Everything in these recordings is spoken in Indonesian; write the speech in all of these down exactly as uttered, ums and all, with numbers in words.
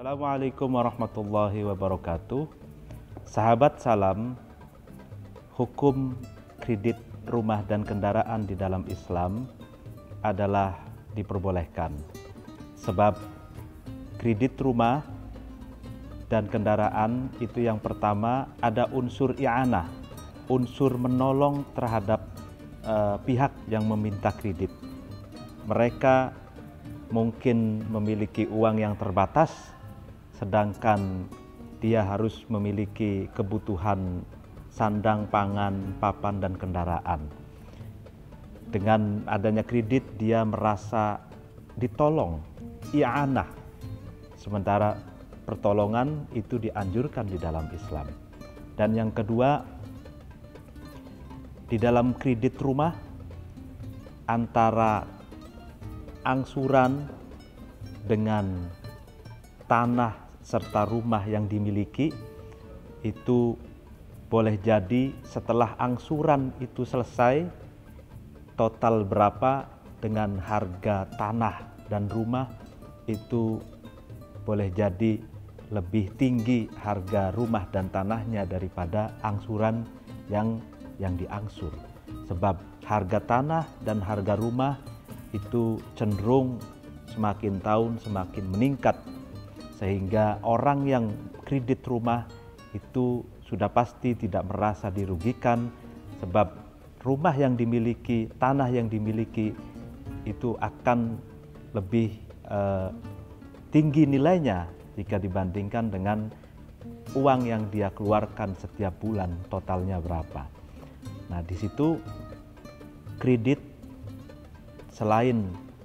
Assalamualaikum warahmatullahi wabarakatuh. Sahabat salam, hukum kredit rumah dan kendaraan di dalam Islam adalah diperbolehkan. Sebab kredit rumah dan kendaraan itu yang pertama ada unsur i'anah, unsur menolong terhadap uh, pihak yang meminta kredit. Mereka mungkin memiliki uang yang terbatas, sedangkan dia harus memiliki kebutuhan sandang, pangan, papan, dan kendaraan. Dengan adanya kredit, dia merasa ditolong, i'anah. Sementara pertolongan itu dianjurkan di dalam Islam. Dan yang kedua, di dalam kredit rumah, antara angsuran dengan tanah serta rumah yang dimiliki itu boleh jadi setelah angsuran itu selesai, total berapa dengan harga tanah dan rumah itu boleh jadi lebih tinggi harga rumah dan tanahnya daripada angsuran yang yang diangsur. Sebab harga tanah dan harga rumah itu cenderung semakin tahun semakin meningkat, sehingga orang yang kredit rumah itu sudah pasti tidak merasa dirugikan, sebab rumah yang dimiliki, tanah yang dimiliki itu akan lebih uh, tinggi nilainya jika dibandingkan dengan uang yang dia keluarkan setiap bulan, totalnya berapa. Nah, di situ kredit selain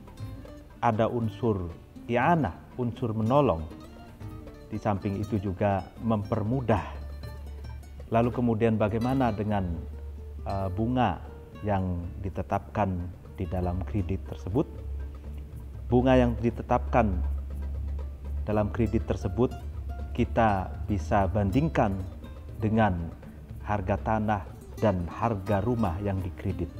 ada unsur i'anah, unsur menolong, di samping itu juga mempermudah. Lalu kemudian bagaimana dengan uh, bunga yang ditetapkan di dalam kredit tersebut? Bunga yang ditetapkan dalam kredit tersebut kita bisa bandingkan dengan harga tanah dan harga rumah yang dikredit.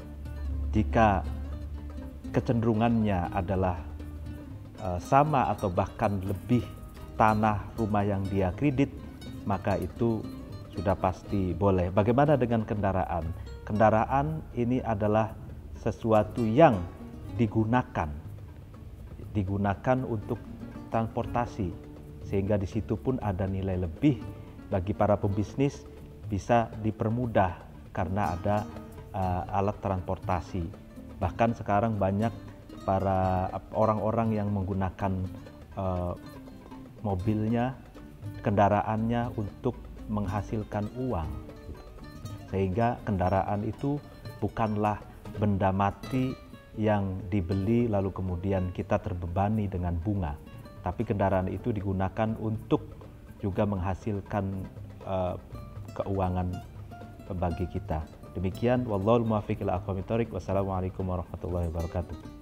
Jika kecenderungannya adalah uh, sama atau bahkan lebih tanah rumah yang dia kredit, maka itu sudah pasti boleh. Bagaimana dengan kendaraan? Kendaraan ini adalah sesuatu yang digunakan, digunakan untuk transportasi, sehingga di situ pun ada nilai lebih bagi para pembisnis, bisa dipermudah karena ada uh, alat transportasi. Bahkan sekarang banyak para orang-orang yang menggunakan uh, mobilnya, kendaraannya untuk menghasilkan uang. Sehingga kendaraan itu bukanlah benda mati yang dibeli lalu kemudian kita terbebani dengan bunga. Tapi kendaraan itu digunakan untuk juga menghasilkan uh, keuangan bagi kita. Demikian, wallahul muwaffiq ila aqwamit thoriq. Wassalamualaikum warahmatullahi wabarakatuh.